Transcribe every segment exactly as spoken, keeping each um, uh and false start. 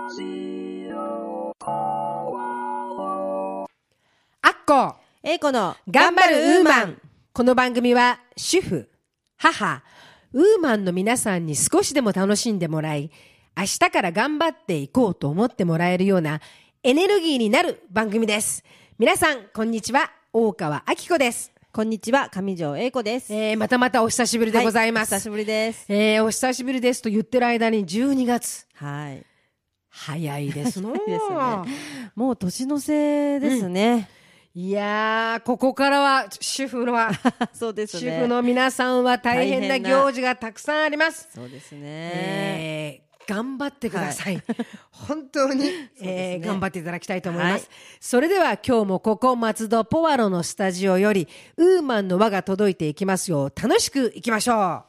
アッコ英子の頑張るウーマン。この番組は主婦、母、ウーマンの皆さんに少しでも楽しんでもらい、明日から頑張っていこうと思ってもらえるようなエネルギーになる番組です。皆さんこんにちは、大川明子です。 こんにちは、上条英子です。 えー、またまたお久しぶりでございます。 はい、お久しぶりです。 えー、お久しぶりですと言ってる間にじゅうにがつ。 はい。 早いですのですね。もう年の瀬ですね。 うん、いやー、ここからは主婦のはそうですね。 主婦の皆さんは大変な行事がたくさんあります。 そうですね。 えー頑張ってください、はい、本当に、ねえー、頑張っていただきたいと思います、はい、それでは今日もここ松戸ポワロのスタジオよりウーマンの輪が届いていきますよう楽しくいきましょ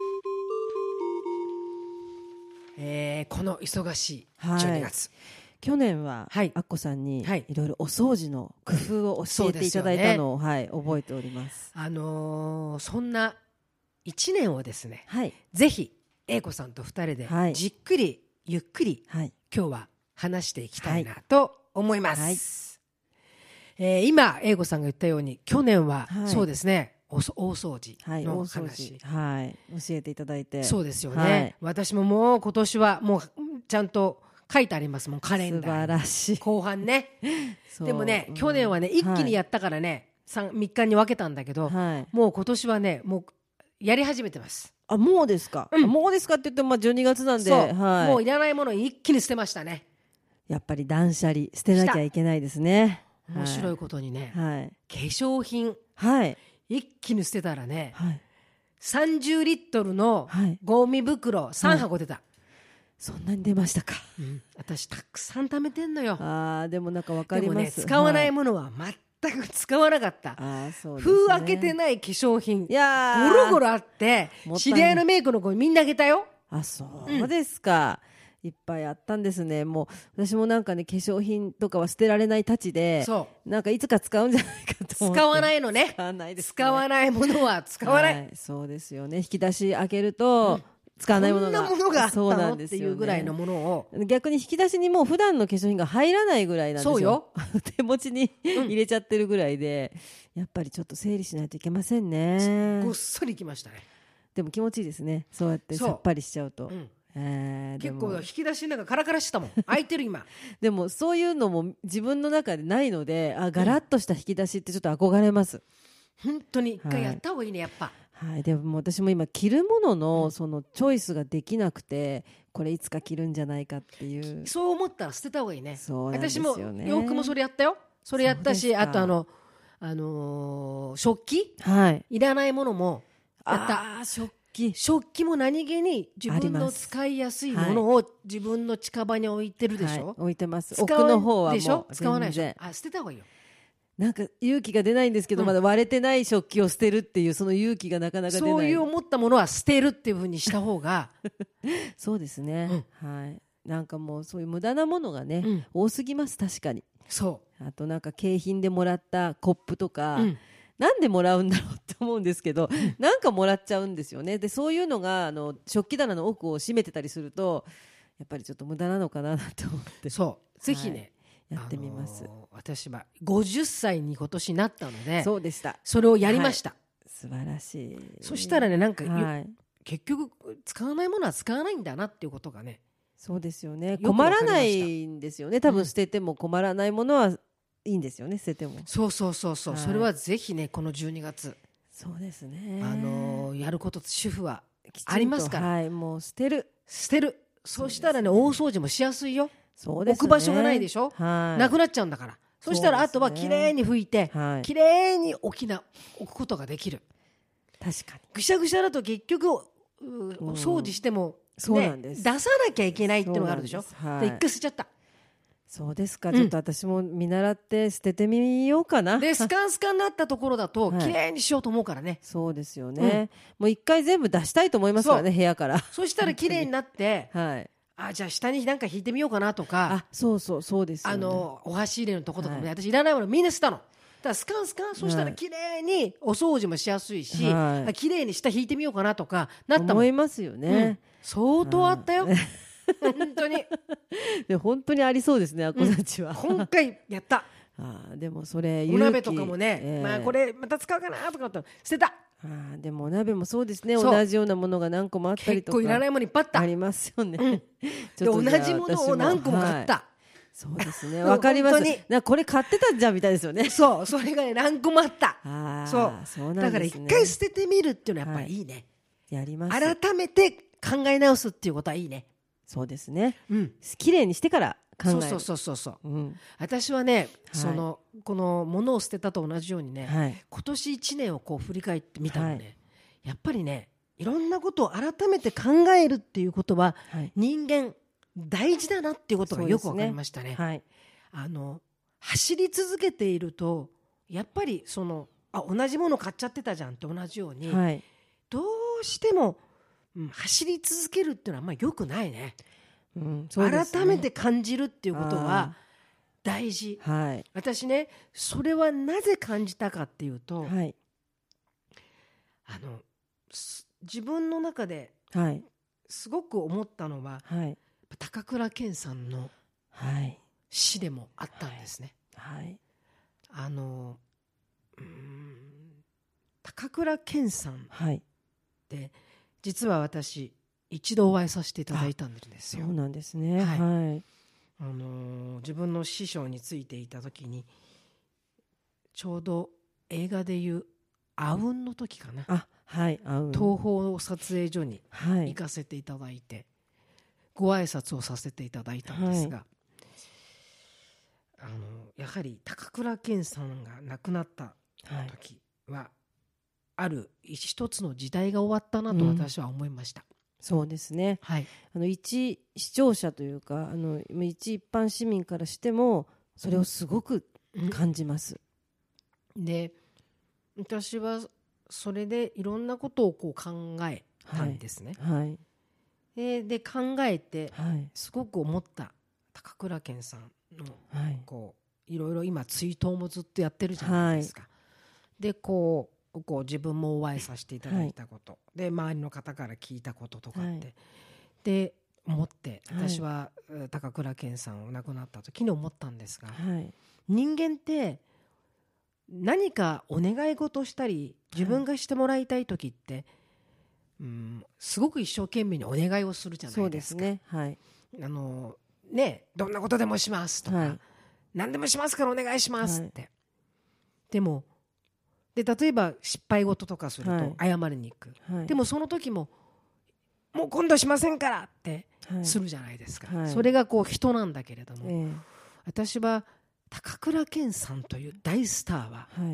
う、えー、この忙しいじゅうにがつ、 はい、去年は、はい、アッコさんにいろいろお掃除の工夫を教えていただいたのを、ね、はい、覚えております。 あのー、そんないちねんをですね、 はい、ぜひ英子さんとふたりでじっくり、はい、ゆっくり、はい、今日は話していきたいなと思います、はいえー、今英子さんが言ったように去年は、はい、そうですねお大掃除の話、 はい、教えていただいてそうですよね、はい、私ももう今年はもうちゃんと書いてありますもんカレンダー。 素晴らしい。 後半ねでもね、うん、去年はね一気にやったからね、はい、みっかに分けたんだけど、はい、もう今年はねもうやり始めてます。 あ、もうですか、うん、もうですかって言ってもまあじゅうにがつなんで、 はい、もういらないものを一気に捨てましたね。 やっぱり断捨離捨てなきゃいけないですね。 面白いことにね、 はい、 化粧品、 はい、 一気に捨てたらね、 はい、 さんじゅうリットルのゴミ袋さんはこ出た、はい、 そんなに出ましたか、 うん、私たくさん貯めてんのよ。 あでもなんか分かります。 でもね使わないものは全く使わなかった、 はい、あそうですね、 封開けてない化粧品いやゴロゴロあって知り合いのメイクの子にみんなあげたよ。 あそうですか、うん、いっぱいあったんですね。もう私もなんかね化粧品とかは捨てられないたちで、そうなんかいつか使うんじゃないかと思って。 使わないのね。 使わないですね。 使わないものは使わない、はい、 そうですよね。引き出し開けると、うん使わないものがこんなものがあったのっていうぐらいのものを逆に引き出しにもう普段の化粧品が入らないぐらいなんですよ。 そうよ手持ちに入れちゃってるぐらいで、うん、やっぱりちょっと整理しないといけませんね。 ごっそりいきましたね。 でも気持ちいいですねそうやってさっぱりしちゃうと、うんえー、結構引き出しなんかカラカラしてたもん開いてる今でもそういうのも自分の中でないのであガラッとした引き出しってちょっと憧れます、 うん、本当に一回やった方がいいね、はい、やっぱはい、でも私も今着るもののそのチョイスができなくてこれいつか着るんじゃないかっていうそう思ったら捨てた方がいいね。 そうなんですよね。 私も洋服もそれやったよ。それやったしあとあの、あのー、食器、はい、いらないものもやった。 あ食器食器も何気に自分の使いやすいものを自分の近場に置いてるでしょ、はい、 置いてます。奥の方はもう全然使わないでしょ。あ捨てた方がいいよ。 なんか勇気が出ないんですけど、うん、まだ割れてない食器を捨てるっていうその勇気がなかなか出ない。 そういう思ったものは捨てるっていう風にした方がそうですね、うん、はい、なんかもうそういう無駄なものがね、うん、多すぎます。確かに。そうあとなんか景品でもらったコップとか、うん、なんでもらうんだろうって思うんですけど、うん、なんかもらっちゃうんですよね。でそういうのがあの食器棚の奥を閉めてたりするとやっぱりちょっと無駄なのかなと思って。 そうぜひね、はいやってみます、あのー、私はごじゅっさいに今年なったのでそうでしたそれをやりました、 はい、素晴らしい。 そしたらねなんか、 はい、 結局使わないものは使わないんだなっていうことがね。 そうですよね。困らないんですよね多分。捨てても困らないものはいいんですよね、捨てても。 そうそうそうそう、はい、それはぜひねこのじゅうにがつそうですね、 あのー、やること主婦はありますから、 はい、もう捨てる捨てる。そうしたらね大掃除もしやすいよ。 そうですね、 置く場所がないでしょ、 はい、 なくなっちゃうんだから。そしたらあとはきれいに拭いて、はい、きれいに置きな置くことができる。 確かにぐしゃぐしゃだと結局掃除しても、ね、 そうなんです。 出さなきゃいけないっていうのがあるでしょ。で一回捨てちゃった。 そうですか、うん、ちょっと私も見習って捨ててみようかな。 でスカンスカンになったところだときれいにしようと思うからね、はい、 そうですよね、うん、もう一回全部出したいと思いますからね部屋から。 そしたらきれいになってはいあじゃあ下になんか引いてみようかなとか。 あそうそうそうですよね。 あのお箸入れのとことかもね、はい、私いらないものみんな捨てたの。だからスカンスカンそしたらきれいにお掃除もしやすいし、はい、きれいに下引いてみようかなとかなったもん。 思いますよね、 うん、相当あったよ本当にで本当にありそうですね、あこたちは、 うん、今回やったあでもそれお鍋とかもね、 えー、 まあこれまた使うかなとかって捨てた。 あでもお鍋もそうですね、同じようなものが何個もあったりとか結構いらないものいっぱいあったありますよね、うん、 ちょっと同じものを何個も買った、はい、 そうですね、わかりますな、これ買ってたんじゃんみたいですよね。 そう、それがね何個もあったあそうそうなんですね、 だから一回捨ててみるっていうのはやっぱりいいね、はい、 やります。 改めて考え直すっていうことはいいね。 そうですね、 うん、 きれいにしてから考える。 そうそうそうそう、うん、私はね、はい、そのこの物を捨てたと同じようにね、はい、今年いちねんをこう振り返ってみたのね、はい、やっぱりねいろんなことを改めて考えるっていうことは、はい、人間大事だなっていうことがよく分かりましたね。はい、あの走り続けているとやっぱりそのあ同じもの買っちゃってたじゃんって同じように、はい、どうしても、うん、走り続けるっていうのはあんまり良くないね。うん、そうですね、改めて感じるっていうことは大事、はい、私ねそれはなぜ感じたかっていうと、はい、あの自分の中ですごく思ったのは、はい、高倉健さんの詩でもあったんですね、はいはい、あのうーん高倉健さんって、はい、実は私一度お会いさせていただいたんですよ。 そうなんですね、はいはい、 あの自分の師匠についていた時にちょうど映画でいうあうんの時かな、あ、はい、あうん東宝撮影所に行かせていただいて、はい、ご挨拶をさせていただいたんですが、はい、あのやはり高倉健さんが亡くなった時は、はい、ある一つの時代が終わったなと私は思いました、うん、 そうですね、はい、あの一視聴者というかあの一一般市民からしてもそれをすごく感じます、 うん、で私はそれでいろんなことをこう考えたんですね、はいはい、で, で考えてすごく思った高倉健さんのこういろいろ今追悼もずっとやってるじゃないですか、はい、でこうこう自分もお会いさせていただいたこと、はい、で周りの方から聞いたこととかって、はい、で思って私は高倉健さんを亡くなった時に思ったんですが、はい、人間って何かお願い事したり自分がしてもらいたい時って、はい、うん、すごく一生懸命にお願いをするじゃないですか。そうですね、はい、あのね、どんなことでもしますとか、はい、何でもしますからお願いしますって、はい、でもで例えば失敗事とかすると謝りに行く、はい、でもその時ももう今度しませんからってするじゃないですか、はい、それがこう人なんだけれども、はい、私は高倉健さんという大スターは、はい、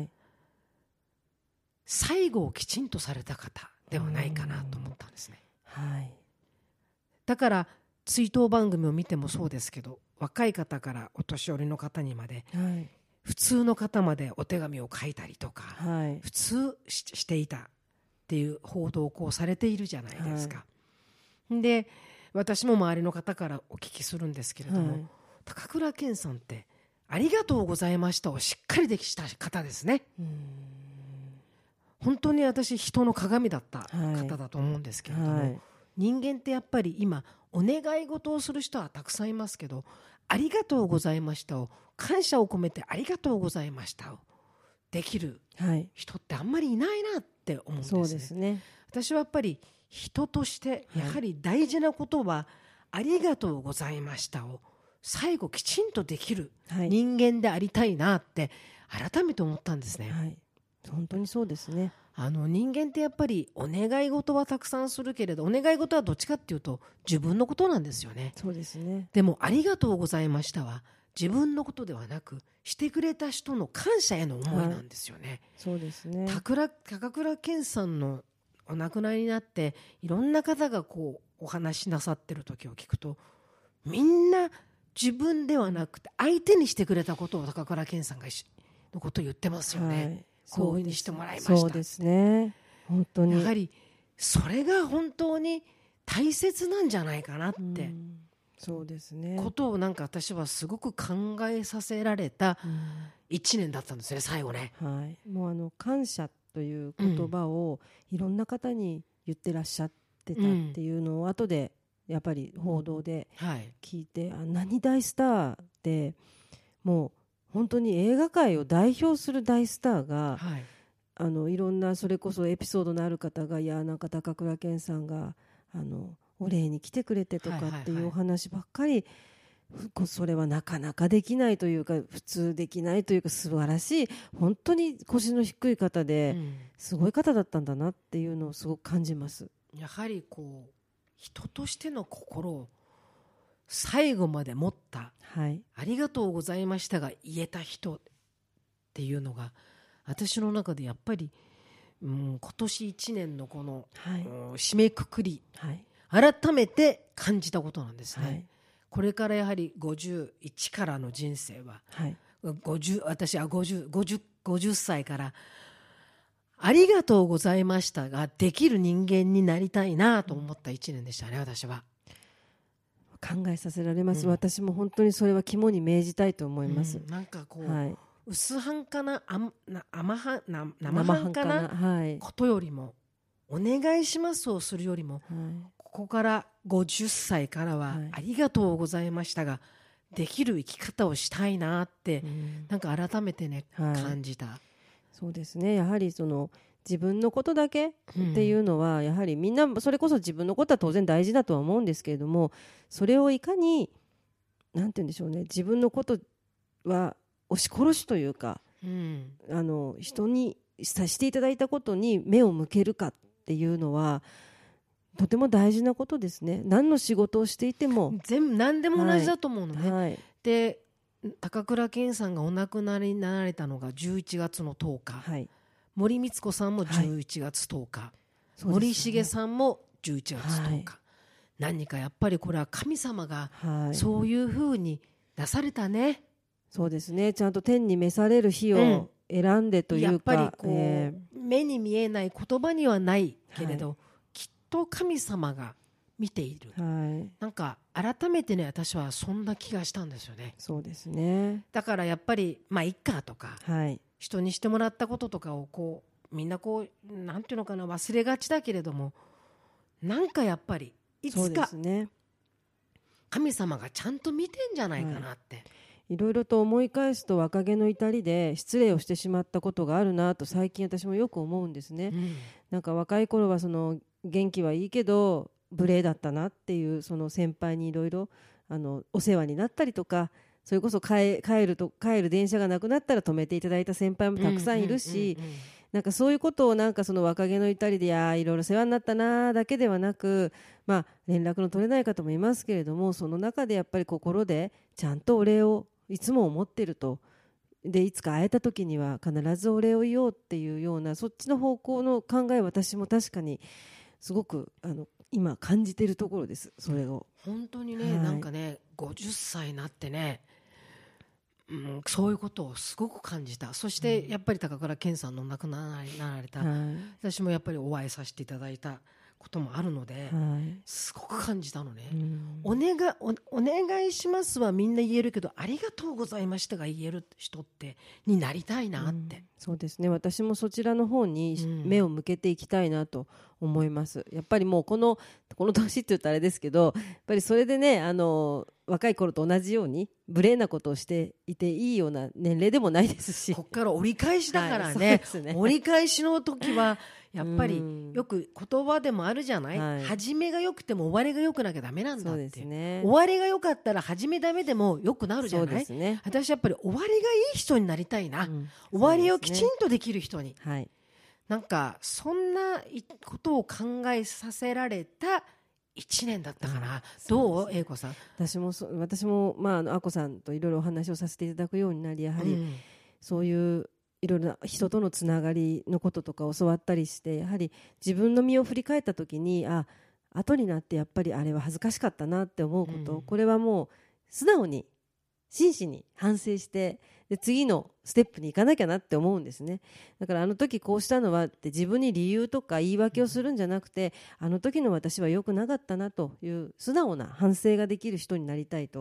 最後をきちんとされた方ではないかなと思ったんですね、はい、だから追悼番組を見てもそうですけど若い方からお年寄りの方にまで、はい、普通の方までお手紙を書いたりとか、はい、普通 し, していたっていう報道をこうされているじゃないですか、はい、で私も周りの方からお聞きするんですけれども、はい、高倉健さんってありがとうございましたをしっかりできた方ですね。うーん本当に私人の鏡だった方だと思うんですけれども、はい、人間ってやっぱり今お願い事をする人はたくさんいますけどありがとうございましたを感謝を込めてありがとうございましたをできる人ってあんまりいないなって思うんですね、そうですね。私はやっぱり人としてやはり大事なことはありがとうございましたを最後きちんとできる人間でありたいなって改めて思ったんですね、はい、 本当にそうですね。 あの人間ってやっぱりお願い事はたくさんするけれどお願い事はどっちかっていうと自分のことなんですよね。 そうですね。 でもありがとうございましたは自分のことではなくしてくれた人の感謝への思いなんですよね、はい、 そうですね。 高倉健さんのお亡くなりになっていろんな方がこうお話しなさってる時を聞くとみんな自分ではなくて相手にしてくれたことを高倉健さんがのことを言ってますよね、はい、こういうふうにしてもらいました。 そうですね。本当にやはりそれが本当に大切なんじゃないかなって、うん、 そうですね。 ことをなんか私はすごく考えさせられたいちねんだったんですね、最後ね、 はい、もうあの感謝という言葉をいろんな方に言ってらっしゃってたっていうのを後でやっぱり報道ではい、 聞いて、あ何大スターでもう本当に映画界を代表する大スターが、 はい、 あのいろんなそれこそエピソードのある方が、いやなんか高倉健さんがあのお礼に来てくれてとかっていうお話ばっかり、それはなかなかできないというか、普通できないというか、素晴らしい本当に腰の低い方で、うん、すごい方だったんだなっていうのをすごく感じます。 やはりこう人としての心を最後まで持った、はい、ありがとうございましたが言えた人っていうのが私の中でやっぱり、うん、今年いちねんのこの、はい、締めくくり、はい、改めて感じたことなんですね、はい、これからやはりごじゅういちからの人生は、はい、ごじゅう私はごじゅう、ごじゅう、ごじゅっさいからありがとうございましたができる人間になりたいなと思ったいちねんでしたね。私は考えさせられます、うん、私も本当にそれは肝に銘じたいと思います、 うん、なんかこう、はい、薄はんかな甘はな生半可なことよりも、お願いしますをするよりも、はい、ここからごじゅっさいからは、はい、ありがとうございましたができる生き方をしたいなって、うん、なんか改めてね、はい、感じた。 そうですね、やはりその自分のことだけっていうのは、うん、やはりみんなそれこそ自分のことは当然大事だとは思うんですけれども、それをいかになんて言うんでしょうね、自分のことは押し殺しというか、うん、あの人にさしていただいたことに目を向けるかっていうのはとても大事なことですね。何の仕事をしていても全部何でも同じだと思うのね、はいはい、で高倉健さんがお亡くなりになられたのがじゅういちがつのとおか、はい、森光子さんもじゅういちがつとおか、はい、森重さんもじゅういちがつとおか、はい、何かやっぱりこれは神様がそういうふうに出されたね、はい、 そうですね、ちゃんと天に召される日を選んでというか、 うん、やっぱりこう、えー、目に見えない言葉にはないけれど、はい、きっと神様が見ている、はい、なんか改めてね私はそんな気がしたんですよね。 そうですね、 だからやっぱりまあいっかとか、はい、人にしてもらったこととかをこうみんなこうなんていうのかな忘れがちだけれども、なんかやっぱりいつか神様がちゃんと見てんじゃないかなって、はい、 いろいろと思い返すと若気の至りで失礼をしてしまったことがあるなと最近私もよく思うんですね、うん、なんか若い頃はその元気はいいけど無礼だったなっていう、その先輩にいろいろあのお世話になったりとか、それこそ帰、帰ると帰る電車がなくなったら止めていただいた先輩もたくさんいるし、なんかそういうことをなんかその若気の至りでいやいろいろ世話になったなだけではなく、まあ、連絡の取れない方もいますけれども、その中でやっぱり心でちゃんとお礼をいつも思っていると、でいつか会えた時には必ずお礼を言おうっていうようなそっちの方向の考え、私も確かにすごくあの今感じているところです。それを本当にね、はい、なんかねごじゅっさいになってね、うん、そういうことをすごく感じた。そしてやっぱり高倉健さんの亡くなられた、はい、私もやっぱりお会いさせていただいたこともあるので、はい、すごく感じたのね、うん、お願い、お、お願いしますはみんな言えるけどありがとうございましたが言える人ってになりたいなって、うん、 そうですね、私もそちらの方に目を向けていきたいなと思います、うん、やっぱりもうこのこの年って言ったらあれですけど、やっぱりそれでね、あの若い頃と同じように無礼なことをしていていいような年齢でもないですし、 ここから折り返しだからね、はい、ね折り返しの時はやっぱりよく言葉でもあるじゃない、はい、始めが良くても終わりが良くなきゃダメなんだって。そうですね、終わりが良かったら始めダメでも良くなるじゃない。そうですね、私やっぱり終わりがいい人になりたいな、うん、終わりをきちんとできる人に、はい、なんかそんなことを考えさせられたいちねんだったかな。どう、英子さん。 私もそ私もまああのあこさんといろいろお話をさせていただくようになり、やはり、うん、そういういろいろな人とのつながりのこととか教わったりして、やはり自分の身を振り返った時に、あ後になってやっぱりあれは恥ずかしかったなって思うこと、うん、これはもう素直に真摯に反省して、で次のステップに行かなきゃなって思うんですね。だからあの時こうしたのはって自分に理由とか言い訳をするんじゃなくて、あの時の私は良くなかったなという素直な反省ができる人になりたいと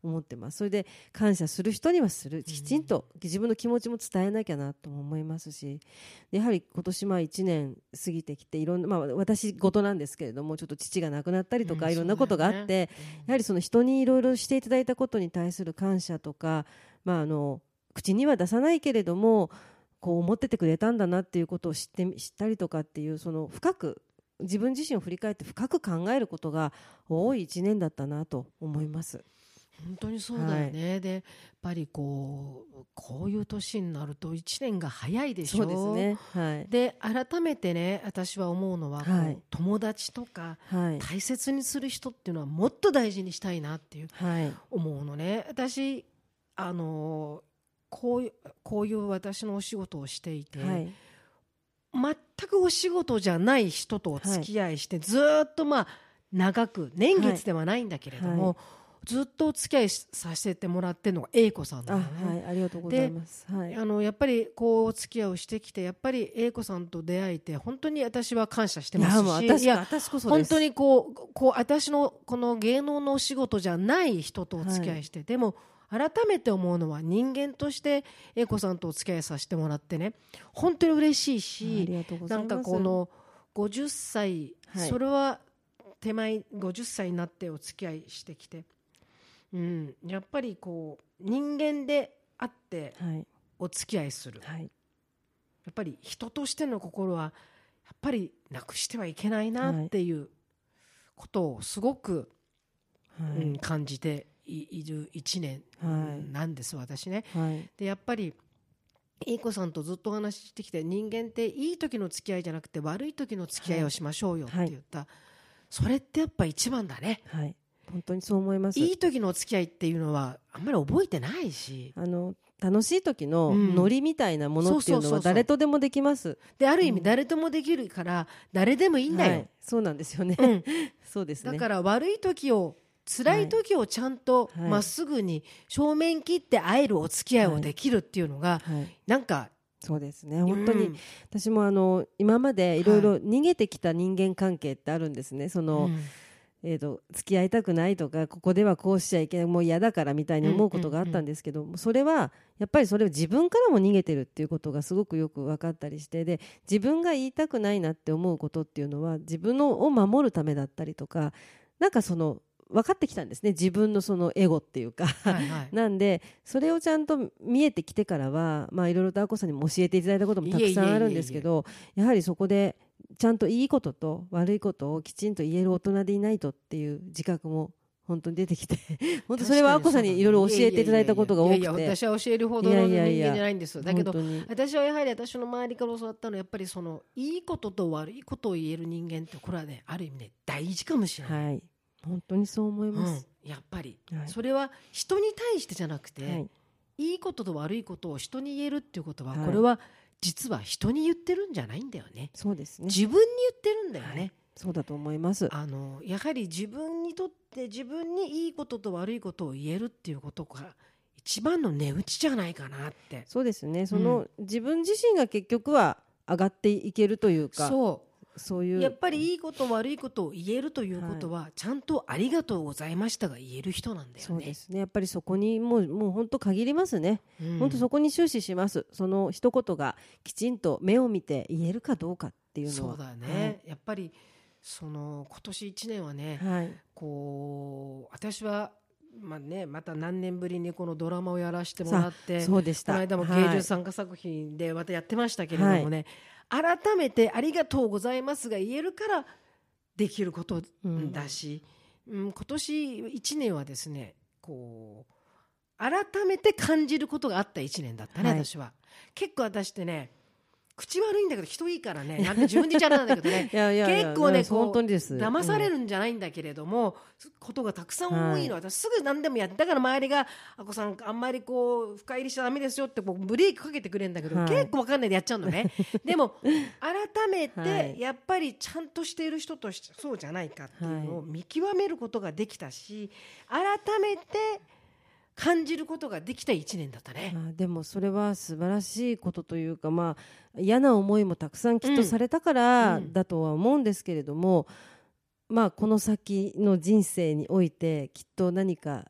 思ってます。それで感謝する人にはする、きちんと自分の気持ちも伝えなきゃなとも思いますし、やはり今年まあいちねん過ぎてきていろんな、まあ、私事なんですけれどもちょっと父が亡くなったりとか、いろんなことがあって、やはりその人にいろいろしていただいたことに対する感謝とか、まあ、あの口には出さないけれどもこう思っててくれたんだなっていうことを知って知ったりとかっていう、その深く自分自身を振り返って深く考えることが多いいちねんだったなと思います。 本当にそうだよね、はい、でやっぱりこうこういう年になるといちねんが早いでしょ。 そうですね、はい、 で改めてね私は思うのは、はい、友達とか、はい、大切にする人っていうのはもっと大事にしたいなっていう、はい、思うのね。私あのこういう、こういう私のお仕事をしていて、はい、全くお仕事じゃない人とお付き合いして、はい、ずっとまあ長く年月ではないんだけれども、はいはい、ずっとお付き合いさせてもらってるのが英子さんなのね。 あ、はい、ありがとうございます、はい、 あのやっぱりこうお付き合いをしてきてやっぱり英子さんと出会えて本当に私は感謝してますし、いや、 私、いや私こそです。 本当にこう、こう私のこの芸能のお仕事じゃない人とお付き合いして、はい、でも改めて思うのは人間として英子さんとお付き合いさせてもらってね本当に嬉しいし、なんかこのごじゅっさい、はい、それは手前ごじゅっさいになってお付き合いしてきて、うん、やっぱりこう人間であってお付き合いする、はい、やっぱり人としての心はやっぱりなくしてはいけないなっていうことをすごく、はい、うん、感じているいちねんなんです、はい、私ね、はい、でやっぱり英子さんとずっとお話ししてきて人間っていい時の付き合いじゃなくて悪い時の付き合いをしましょうよって言った、はい、それってやっぱ一番だね、 はい、本当にそう思います。 いい時のお付き合いっていうのはあんまり覚えてないし、 あの楽しい時のノリみたいなものっていうのは誰とでもできます。 である意味誰ともできるから誰でもいいんだよ、はい、 そうなんですよね、うん、そうですね。 だから悪い時を辛い時をちゃんとまっすぐに正面切って会えるお付き合いをできるっていうのが、はいはい、なんかそうですね、本当に、うん、私もあの今までいろいろ逃げてきた人間関係ってあるんですね。その、うん、えーと、付き合いたくないとかここではこうしちゃいけないもう嫌だからみたいに思うことがあったんですけど、うんうんうん、それはやっぱりそれを自分からも逃げてるっていうことがすごくよく分かったりして、で自分が言いたくないなって思うことっていうのは自分のを守るためだったりとか、なんかその分かってきたんですね、自分のそのエゴっていうか、はいはい、なんでそれをちゃんと見えてきてからは、まあ、いろいろとあこさんにも教えていただいたこともたくさんあるんですけど、やはりそこでちゃんといいことと悪いことをきちんと言える大人でいないとっていう自覚も本当に出てきて本当それはあこさんにいろいろ教えていただいたことが多くて、いやいやいや私は教えるほどの人間じゃないんです。だけど私はやはり私の周りから教わったのはやっぱりそのいいことと悪いことを言える人間ってこれはねある意味ね大事かもしれない、はい、 本当にそう思います、 うん、やっぱり、はい、それは人に対してじゃなくて、はい、いいことと悪いことを人に言えるっていうことは、はい、これは実は人に言ってるんじゃないんだよね。 そうですね、 自分に言ってるんだよね、はい、 そうだと思います。 あのやはり自分にとって自分にいいことと悪いことを言えるっていうことが一番の値打ちじゃないかなって。 そうですね、その、うん、自分自身が結局は上がっていけるというか、 そうそういうやっぱりいいこと悪いことを言えるということは、はい、ちゃんとありがとうございましたが言える人なんだよね。 そうですね、やっぱりそこにもう、もう本当限りますね、うん、本当そこに終始します。その一言がきちんと目を見て言えるかどうかっていうのは。 そうだね、はい、やっぱりその今年いちねんはね、はい、こう私はまあね、また何年ぶりにこのドラマをやらせてもらって、 そうでした、 この間も芸術参加作品でまたやってましたけれどもね、はい、改めてありがとうございますが言えるからできることだし、うんうん、今年いちねんはですねこう改めて感じることがあったいちねんだったね、はい、私は結構私ってね口悪いんだけど人いいからねなんて自分で言っちゃなんだけどねいやいやいや結構ねこう本当にです騙されるんじゃないんだけれども、うん、ことがたくさん多いの、はい、私すぐ何でもやってだから周りがあこさんあんまりこう深入りしちゃダメですよってこうブレーキかけてくれるんだけど、はい、結構分かんないでやっちゃうのねでも改めてやっぱりちゃんとしている人としてそうじゃないかっていうのを見極めることができたし改めて感じることができたいちねんだったね。 あでもそれは素晴らしいことというか、まあ、嫌な思いもたくさんきっとされたからだとは思うんですけれども、うんうん、まあ、この先の人生においてきっと何か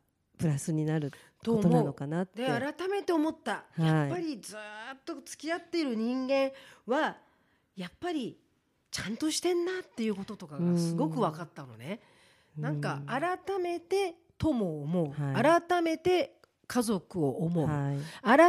プラスになることなのかなって。 で改めて思った、はい、やっぱりずっと付き合っている人間はやっぱりちゃんとしてんなっていうこととかがすごく分かったのね。なんか改めて友を思う、はい、改めて家族を思う、はい、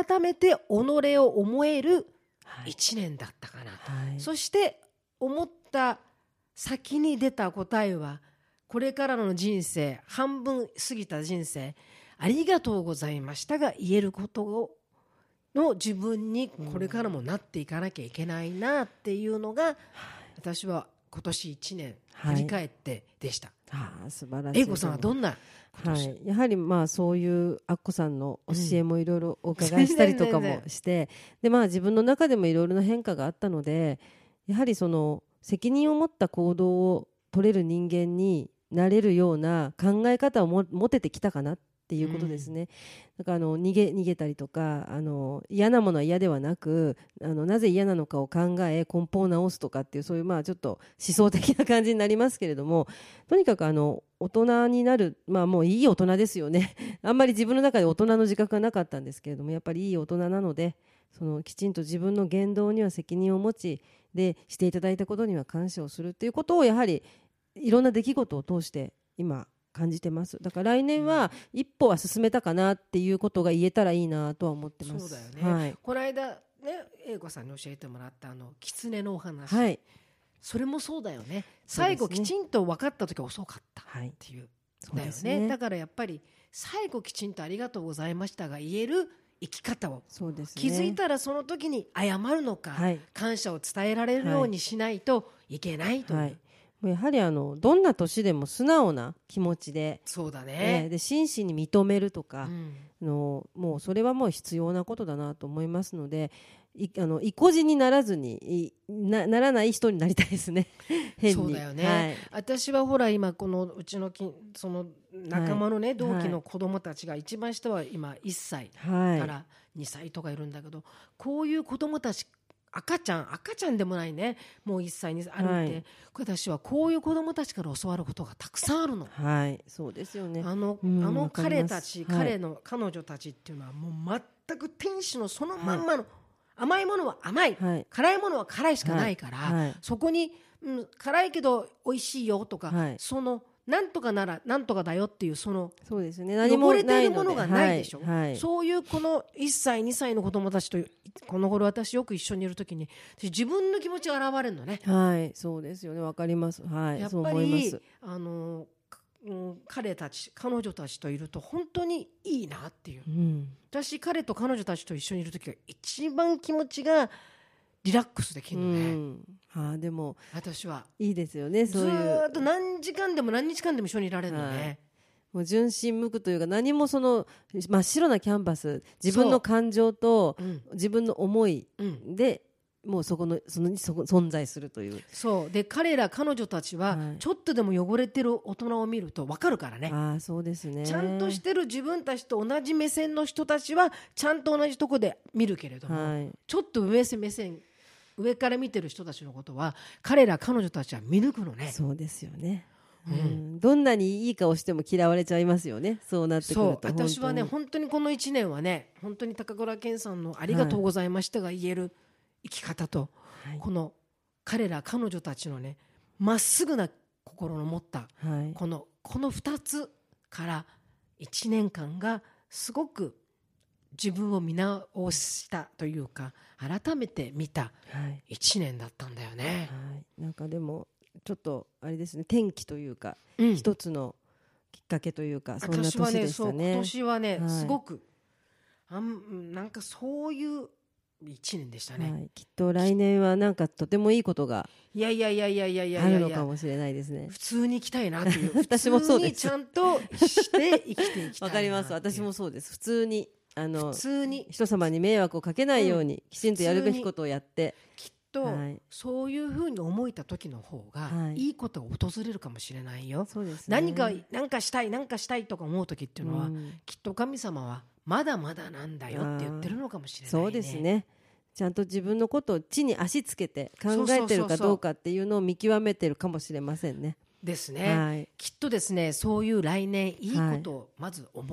改めて己を思えるいちねんだったかなと、はい、そして思った先に出た答えはこれからの人生半分過ぎた人生ありがとうございましたが言えることをの自分にこれからもなっていかなきゃいけないなっていうのが、うん、私は今年いちねん振り返ってでした、 はい、あ素晴らしい。 英子さんはどんなことをして、 はい、やはりまあそういうアッコさんの教えもいろいろお伺いしたりとかもして、うん、でまあ自分の中でもいろいろな変化があったのでやはりその責任を持った行動を取れる人間になれるような考え方をも持ててきたかなっていうことですね、うん、だからあの逃げ、逃げたりとかあの嫌なものは嫌ではなくあのなぜ嫌なのかを考え根本を直すとかっていうそういうまあちょっと思想的な感じになりますけれどもとにかくあの大人になる、まあ、もういい大人ですよねあんまり自分の中で大人の自覚がなかったんですけれどもやっぱりいい大人なのでそのきちんと自分の言動には責任を持ちでしていただいたことには感謝をするっていうことをやはりいろんな出来事を通して今感じてます。だから来年は一歩は進めたかなっていうことが言えたらいいなとは思ってます。 そうだよね、はい、この間ね英子さんに教えてもらったあの狐のお話、 はい、 それもそうだよね。最後きちんと分かった時は遅かったっていう、はい、だよね。ねだからやっぱり最後きちんとありがとうございましたが言える生き方を、そうですね、気づいたらその時に謝るのか、はい、感謝を伝えられるようにしないといけないという、はいはいやはりあのどんな年でも素直な気持ちで、 そうだね、 えー、で真摯に認めるとか、うん、のもうそれはもう必要なことだなと思いますのでいあの意固地にならずに な, ならない人になりたいですね変にそうだよね、はい、私はほら今このうちのきその仲間のね、はい、同期の子供たちが一番下は今いっさいからにさいとかいるんだけど、はい、こういう子供たち赤ちゃん赤ちゃんでもないねもういっさいにあるって、はい、私はこういう子どもたちから教わることがたくさんあるの。 はいそうですよね。 あの、うん、あの彼たち、はい、彼の彼女たちっていうのはもう全く天使のそのまんまの、はい、甘いものは甘い、はい、辛いものは辛いしかないから、はい、そこに、うん、辛いけど美味しいよとか、はい、そのなんとかならなんとかだよっていうそのそうですね、何も汚れているものがないでしょ、 はいはい、 そういうこのいっさいにさいの子供たちとこの頃私よく一緒にいるときに自分の気持ちが現れるのね。 はいそうですよねわかります、はい、 やっぱりあの、うん、彼たち彼女たちといると本当にいいなっていう、うん、私彼と彼女たちと一緒にいるときが一番気持ちがリラックスできるのね、うんはあ、でも私はいいですよねそういうずっと何時間でも何日間でも一緒にいられるのね、はい、 もう純真無垢というか何もその真っ白なキャンバス自分の感情と自分の思いで、うん、もうそこのそのそこ存在するというそうで彼ら彼女たちはちょっとでも汚れてる大人を見ると分かるからね、 はい、あそうですねちゃんとしてる自分たちと同じ目線の人たちはちゃんと同じとこで見るけれども、はい、ちょっと上目線上から見てる人たちのことは彼ら彼女たちは見抜くのね。 そうですよね、うんうん、どんなにいい顔しても嫌われちゃいますよねそうなってくると。 そう私はね本当にこのいちねんはね本当に高倉健さんのありがとうございましたが言える生き方と、はい、この彼ら彼女たちのねまっすぐな心の持った、はい、このこのふたつからいちねんかんがすごく自分を見直したというか改めて見たいちねんだったんだよね、 はい、なんかでもちょっとあれですね転機というか、うん、一つのきっかけというかそんな年でしたね。 私はね、そう今年はね、はい、すごくあんなんかそういういちねんでしたね、はい、 きっと来年はなんかとてもいいことがいやいやいやいやいやいやあるのかもしれないですね。 普通に生きたいなっていう私もそうです。 普通にちゃんとして生きていきたいな。 わかります私もそうです。普通にあの普通に人様に迷惑をかけないように、うん、きちんとやるべきことをやってきっと、はい、そういうふうに思えた時の方が、はい、いいことが訪れるかもしれないよ。 そうですね、 何か何かしたい何かしたいとか思う時っていうのは、うん、きっと神様はまだまだなんだよって言ってるのかもしれないね。 そうですねちゃんと自分のことを地に足つけて考えてるかどうかっていうのを見極めてるかもしれませんね。 ですね、はい、きっとですねそういう来年いいことをまず思い、はい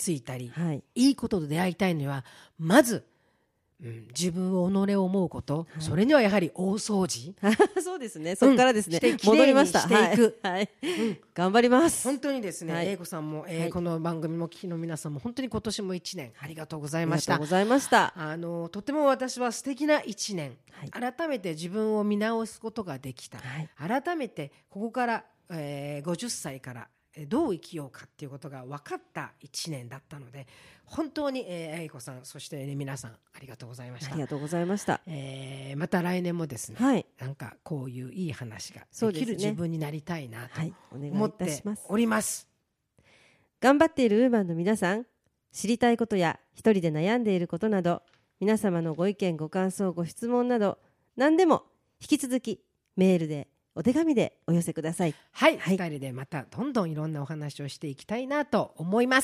ついたり、 はい、 いいことと出会いたいのはまず、うん、自分を己を思うこと、はい、それにはやはり大掃除そうですね、そこからですね、 うん、 戻りました。 していく、 はいはいうん、頑張ります。 本当にですね、はい、英子さんも、えーはい、この番組も聞きの皆さんも本当に今年もいちねんありがとうございました。 ありがとうございました。 あのとても私は素敵ないちねん、はい、改めて自分を見直すことができた、はい、改めてここから、えー、ごじゅっさいからどう生きようかっていうことが分かったいちねんだったので、本当に英子さん、そして、ね、皆さんありがとうございました。 ありがとうございました。 えー、また来年もですね、はい、なんかこういういい話ができる自分になりたいなと思っております。 頑張っているウーマンの皆さん、知りたいことや一人で悩んでいることなど、皆様のご意見ご感想ご質問など何でも引き続きメールでお手紙でお寄せください。 はい、はい、ふたりでまたどんどんいろんなお話をしていきたいなと思います。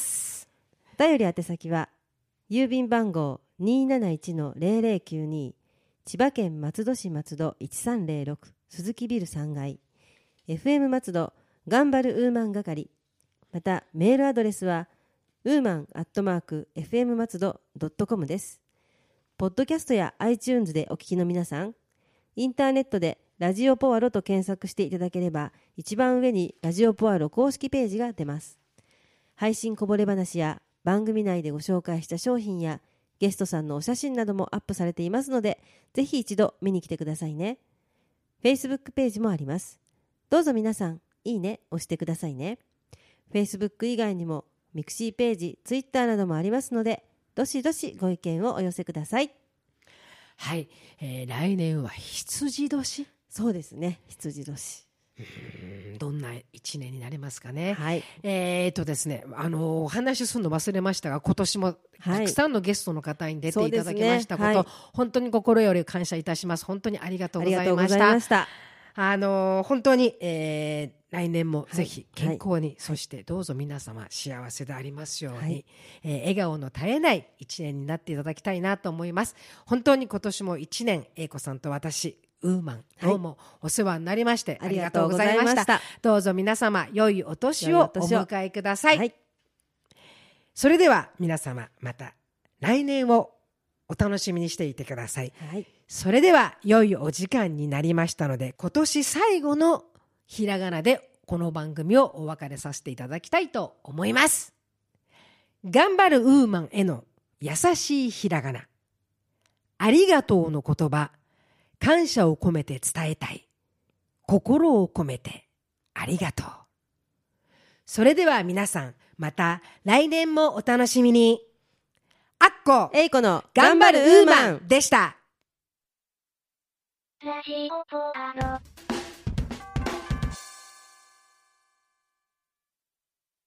お便り宛先は郵便番号 にーなないちのゼロゼロきゅうに 千葉県松戸市松戸いちさんゼロろく鈴木ビルさんがい エフエム 松戸頑張るウーマン係、またメールアドレスはウーマンアットマーク エフエム 松戸 ドットコム です。ポッドキャストや iTunes でお聞きの皆さん、インターネットでラジオポアロと検索していただければ一番上にラジオポアロ公式ページが出ます。配信こぼれ話や番組内でご紹介した商品やゲストさんのお写真などもアップされていますので、ぜひ一度見に来てくださいね。 Facebook ページもあります。どうぞ皆さんいいね押してくださいね。 Facebook 以外にもミクシーページ、Twitter などもありますので、どしどしご意見をお寄せください。 はい、えー、来年は羊年。 そうですね、羊年。 うーん、どんないちねんになりますかね。 はい、 えーとですね、あのお話しするの忘れましたが、今年もたくさんのゲストの方に出ていただきましたこと、はいねはい、本当に心より感謝いたします。本当にありがとうございました。ありがとうございました。あの本当に、えー、来年もぜひ健康に、はいはい、そしてどうぞ皆様幸せでありますように、はい、えー、笑顔の絶えないいちねんになっていただきたいなと思います。本当に今年もいちねん、英子さんと私ウーマン、どうもお世話になりまして、はい、ありがとうございました。どうぞ皆様良いお年をお迎えください。はい、それでは皆様また来年をお楽しみにしていてください。はい、それでは良いお時間になりましたので、今年最後のひらがなでこの番組をお別れさせていただきたいと思います。頑張るウーマンへの優しいひらがな、ありがとうの言葉、感謝を込めて伝えたい、心を込めてありがとう。それでは皆さんまた来年もお楽しみに。アッコエイコの頑張るウーマンでした。 ラジオポアロ。